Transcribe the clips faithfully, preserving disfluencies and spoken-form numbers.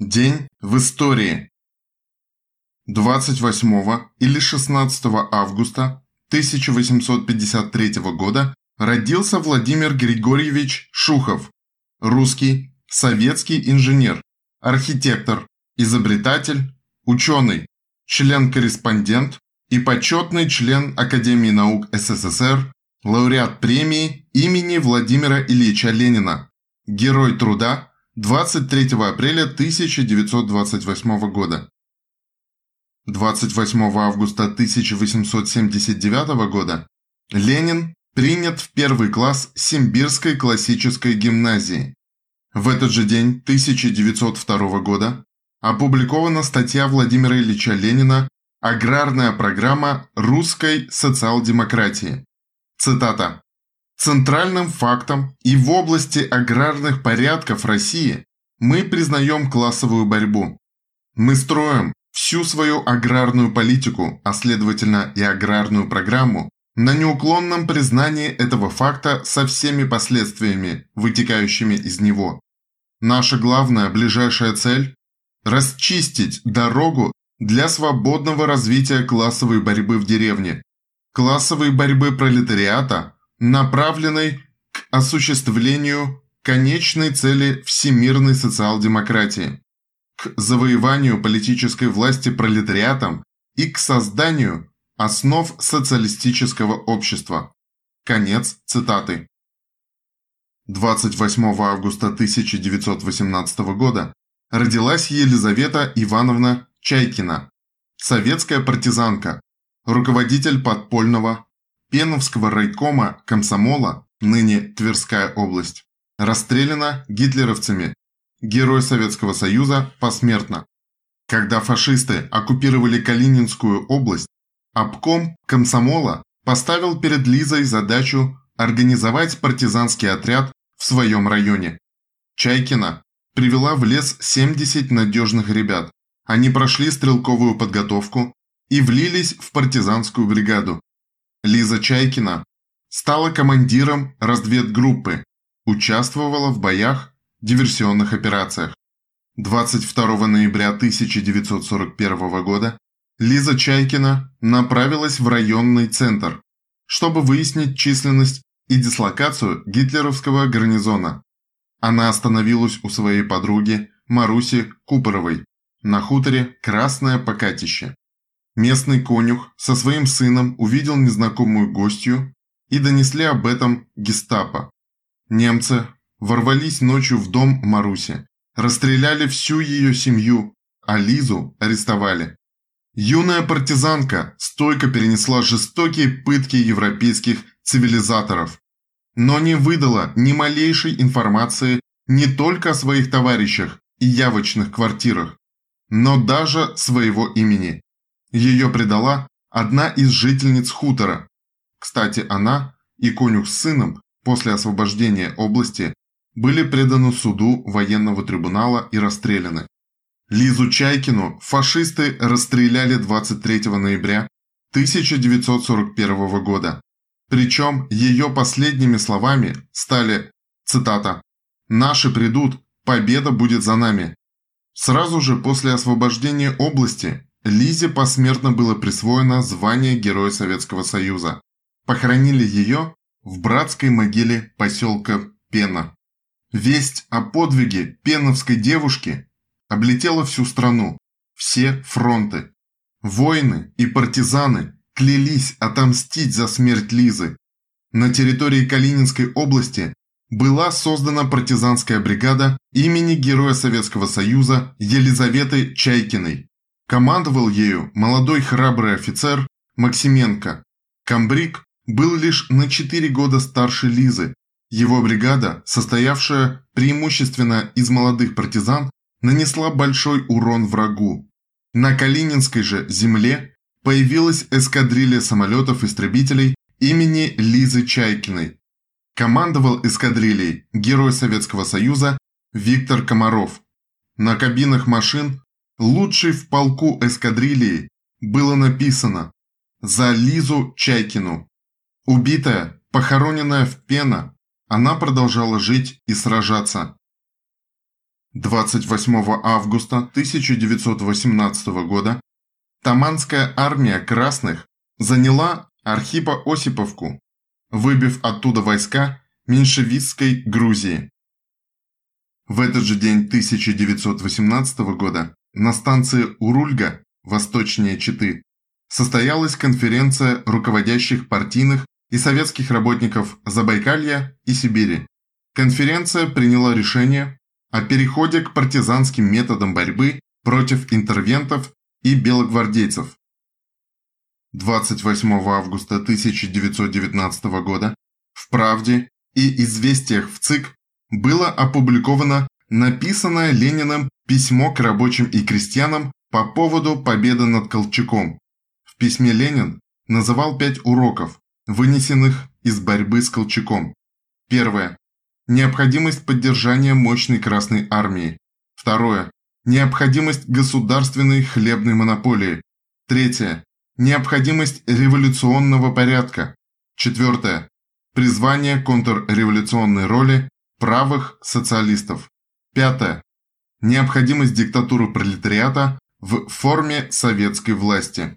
День в истории. двадцать восьмого или шестнадцатого августа тысяча восемьсот пятьдесят третьего года родился Владимир Григорьевич Шухов, русский, советский инженер, архитектор, изобретатель, ученый, член-корреспондент и почетный член Академии наук СССР, лауреат премии имени Владимира Ильича Ленина, Герой труда двадцать третьего апреля тысяча девятьсот двадцать восьмого года. двадцать восьмого августа тысяча восемьсот семьдесят девятого года Ленин принят в первый класс Симбирской классической гимназии. В этот же день тысяча девятьсот второго года опубликована статья Владимира Ильича Ленина «Аграрная программа русской социал-демократии». Цитата. Центральным фактом и в области аграрных порядков России мы признаем классовую борьбу. Мы строим всю свою аграрную политику, а следовательно и аграрную программу, на неуклонном признании этого факта со всеми последствиями, вытекающими из него. Наша главная ближайшая цель – расчистить дорогу для свободного развития классовой борьбы в деревне, классовой борьбы пролетариата, направленной к осуществлению конечной цели всемирной социал-демократии, к завоеванию политической власти пролетариатом и к созданию основ социалистического общества. Конец цитаты. двадцать восьмого августа тысяча девятьсот восемнадцатого года родилась Елизавета Ивановна Чайкина, советская партизанка, руководитель подпольного Пеновского райкома комсомола, ныне Тверская область, расстреляна гитлеровцами, Герой Советского Союза посмертно. Когда фашисты оккупировали Калининскую область, обком комсомола поставил перед Лизой задачу организовать партизанский отряд в своем районе. Чайкина привела в лес семьдесят надежных ребят. Они прошли стрелковую подготовку и влились в партизанскую бригаду. Лиза Чайкина стала командиром разведгруппы, участвовала в боях, диверсионных операциях. двадцать второго ноября тысяча девятьсот сорок первого года Лиза Чайкина направилась в районный центр, чтобы выяснить численность и дислокацию гитлеровского гарнизона. Она остановилась у своей подруги Маруси Купоровой на хуторе Красное Покатище. Местный конюх со своим сыном увидел незнакомую гостью и донесли об этом гестапо. Немцы ворвались ночью в дом Маруси, расстреляли всю ее семью, а Лизу арестовали. Юная партизанка стойко перенесла жестокие пытки европейских цивилизаторов, но не выдала ни малейшей информации не только о своих товарищах и явочных квартирах, но даже своего имени. Ее предала одна из жительниц хутора. Кстати, она и конюх с сыном после освобождения области были преданы суду военного трибунала и расстреляны. Лизу Чайкину фашисты расстреляли двадцать третьего ноября тысяча девятьсот сорок первого года. Причем ее последними словами стали, цитата, «Наши придут, победа будет за нами». Сразу же после освобождения области Лизе посмертно было присвоено звание Героя Советского Союза. Похоронили ее в братской могиле поселка Пена. Весть о подвиге пеновской девушки облетела всю страну, все фронты. Воины и партизаны клялись отомстить за смерть Лизы. На территории Калининской области была создана партизанская бригада имени Героя Советского Союза Елизаветы Чайкиной. Командовал ею молодой храбрый офицер Максименко. Камбрик был лишь на четыре года старше Лизы. Его бригада, состоявшая преимущественно из молодых партизан, нанесла большой урон врагу. На Калининской же земле появилась эскадрилья самолетов-истребителей имени Лизы Чайкиной. Командовал эскадрильей Герой Советского Союза Виктор Комаров. На кабинах машин лучшей в полку эскадрильи было написано «За Лизу Чайкину». Убитая, похороненная в Пено, она продолжала жить и сражаться. двадцать восьмого августа тысяча девятьсот восемнадцатого года Таманская армия красных заняла Архипо-Осиповку, выбив оттуда войска меньшевистской Грузии. В этот же день тысяча девятьсот восемнадцатого года на станции Урульга, восточнее Читы, состоялась конференция руководящих партийных и советских работников Забайкалья и Сибири. Конференция приняла решение о переходе к партизанским методам борьбы против интервентов и белогвардейцев. двадцать восьмого августа тысяча девятьсот девятнадцатого года в «Правде» и «Известиях» в ЦИК было опубликовано написанное Лениным письмо к рабочим и крестьянам по поводу победы над Колчаком. В письме Ленин называл пять уроков, вынесенных из борьбы с Колчаком. Первое. Необходимость поддержания мощной Красной армии. Второе. Необходимость государственной хлебной монополии. Третье. Необходимость революционного порядка. Четвертое. Призвание контрреволюционной роли правых социалистов. Пятое. Необходимость диктатуры пролетариата в форме советской власти.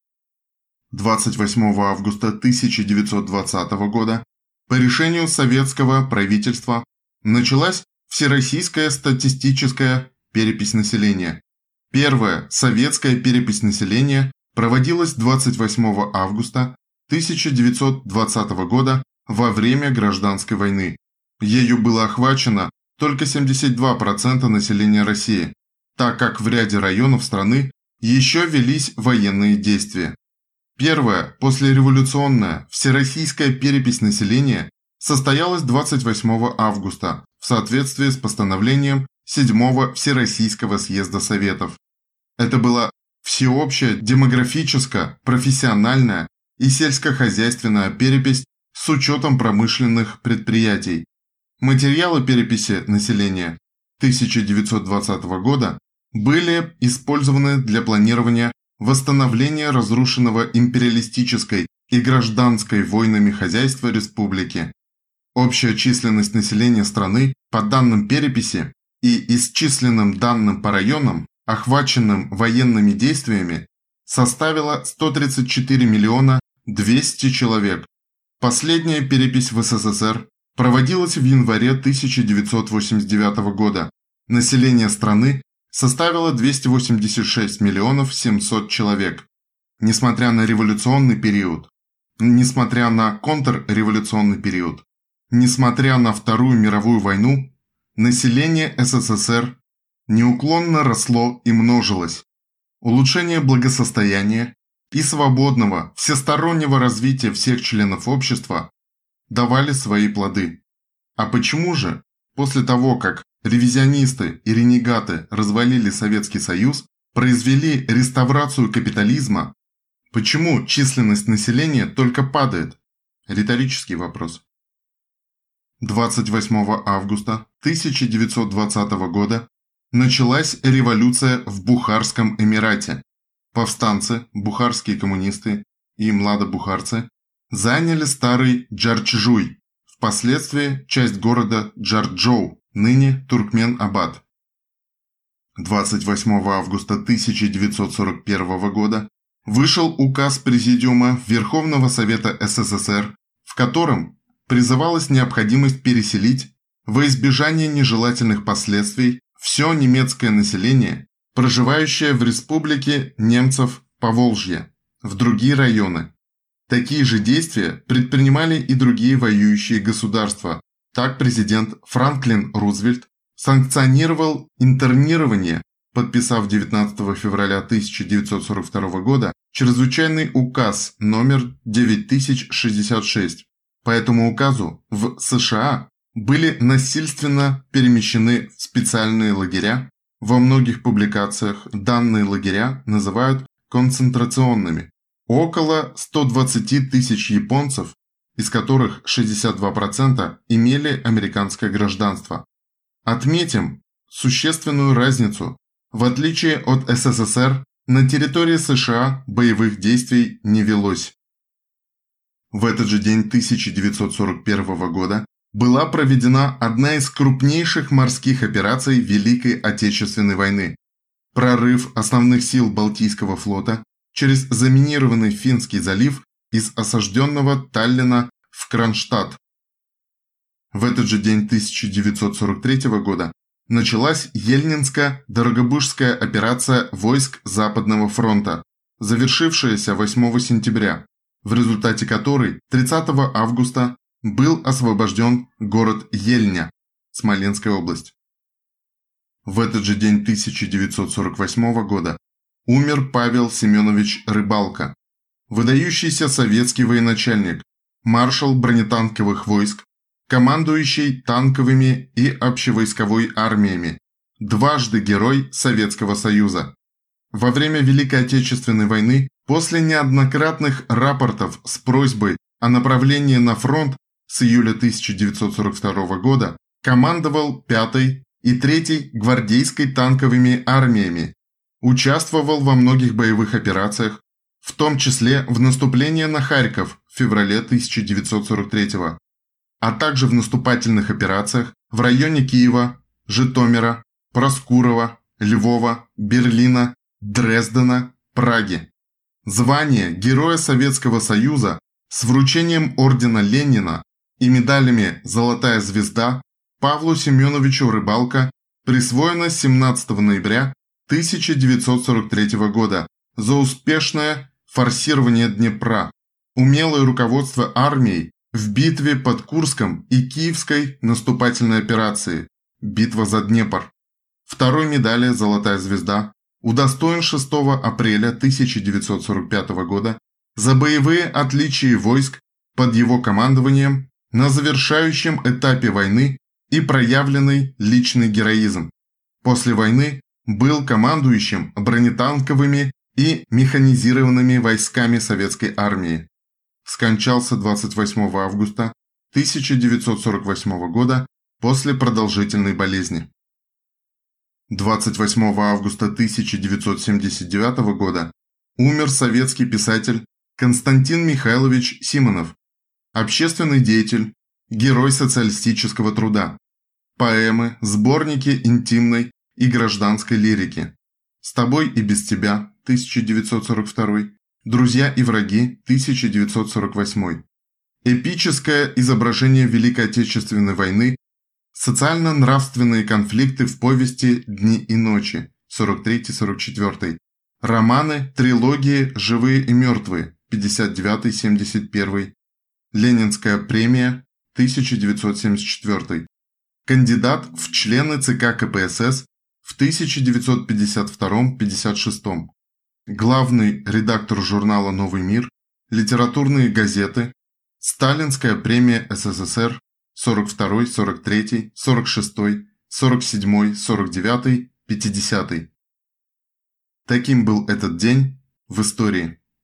двадцать восьмого августа тысяча девятьсот двадцатого года по решению советского правительства началась Всероссийская статистическая перепись населения. Первая советская перепись населения проводилась двадцать восьмого августа тысяча девятьсот двадцатого года во время Гражданской войны. Ею было охвачено только семьдесят два процента населения России, так как в ряде районов страны еще велись военные действия. Первая послереволюционная всероссийская перепись населения состоялась двадцать восьмого августа в соответствии с постановлением седьмого Всероссийского съезда Советов. Это была всеобщая демографическая, профессиональная и сельскохозяйственная перепись с учетом промышленных предприятий. Материалы переписи населения тысяча девятьсот двадцатого года были использованы для планирования восстановления разрушенного империалистической и гражданской войнами хозяйства республики. Общая численность населения страны по данным переписи и исчисленным данным по районам, охваченным военными действиями, составила сто тридцать четыре миллиона двести человек. Последняя перепись в СССР проводилась в январе тысяча девятьсот восемьдесят девятого года. Население страны составило двести восемьдесят шесть миллионов семьсот человек. Несмотря на революционный период, несмотря на контрреволюционный период, несмотря на Вторую мировую войну, население СССР неуклонно росло и множилось. Улучшение благосостояния и свободного, всестороннего развития всех членов общества давали свои плоды. А почему же, после того, как ревизионисты и ренегаты развалили Советский Союз, произвели реставрацию капитализма, почему численность населения только падает? Риторический вопрос. двадцать восьмого августа тысяча девятьсот двадцатого года началась революция в Бухарском Эмирате. Повстанцы, бухарские коммунисты и младобухарцы заняли старый Джарчжуй, впоследствии часть города Джарджоу, ныне Туркмен-Абад. двадцать восьмого августа тысяча девятьсот сорок первого года вышел указ Президиума Верховного Совета СССР, в котором призывалась необходимость переселить во избежание нежелательных последствий все немецкое население, проживающее в республике немцев Поволжья, в другие районы. Такие же действия предпринимали и другие воюющие государства. Так президент Франклин Рузвельт санкционировал интернирование, подписав девятнадцатого февраля тысяча девятьсот сорок второго года чрезвычайный указ номер девять тысяч шестьдесят шесть. По этому указу в США были насильственно перемещены в специальные лагеря. Во многих публикациях данные лагеря называют концентрационными. Около ста двадцати тысяч японцев, из которых шестьдесят два процента имели американское гражданство. Отметим существенную разницу. В отличие от СССР, на территории США боевых действий не велось. В этот же день тысяча девятьсот сорок первого года была проведена одна из крупнейших морских операций Великой Отечественной войны – прорыв основных сил Балтийского флота через заминированный Финский залив из осажденного Таллина в Кронштадт. В этот же день тысяча девятьсот сорок третьего года началась Ельнинско-Дорогобужская операция войск Западного фронта, завершившаяся восьмого сентября, в результате которой тридцатого августа был освобожден город Ельня, Смоленская область. В этот же день тысяча девятьсот сорок восьмого года умер Павел Семенович Рыбалка, выдающийся советский военачальник, маршал бронетанковых войск, командующий танковыми и общевойсковой армиями, дважды Герой Советского Союза. Во время Великой Отечественной войны, после неоднократных рапортов с просьбой о направлении на фронт с июля тысяча девятьсот сорок второго года, командовал пятой и третьей гвардейской танковыми армиями, участвовал во многих боевых операциях, в том числе в наступлении на Харьков в феврале тысяча девятьсот сорок третьего, а также в наступательных операциях в районе Киева, Житомира, Проскурова, Львова, Берлина, Дрездена, Праги. Звание Героя Советского Союза с вручением ордена Ленина и медалями «Золотая звезда» Павлу Семеновичу Рыбалка присвоено семнадцатого ноября тысяча девятьсот сорок третьего года за успешное форсирование Днепра, умелое руководство армией в битве под Курском и Киевской наступательной операции «Битва за Днепр». Второй медали «Золотая звезда» удостоен шестого апреля тысяча девятьсот сорок пятого года за боевые отличия войск под его командованием на завершающем этапе войны и проявленный личный героизм. После войны был командующим бронетанковыми и механизированными войсками советской армии. Скончался двадцать восьмого августа тысяча девятьсот сорок восьмого года после продолжительной болезни. двадцать восьмого августа тысяча девятьсот семьдесят девятого года умер советский писатель Константин Михайлович Симонов, общественный деятель, герой социалистического труда, поэмы, сборники интимной и гражданской лирики. «С тобой и без тебя» тысяча девятьсот сорок второй, «Друзья и враги» тысяча девятьсот сорок восьмой. Эпическое изображение Великой Отечественной войны, социально-нравственные конфликты в повести «Дни и ночи» сорок третий сорок четвёртый, романы, трилогии «Живые и мертвые» пятьдесят девятый семьдесят первый, Ленинская премия тысяча девятьсот семьдесят четвёртый, кандидат в члены ЦК КПСС в тысяча девятьсот пятьдесят втором — пятьдесят шестом, главный редактор журнала «Новый мир», литературные газеты, Сталинская премия СССР сорок второй, сорок третий, сорок шестой, сорок седьмой, сорок девятый, пятидесятый. Таким был этот день в истории.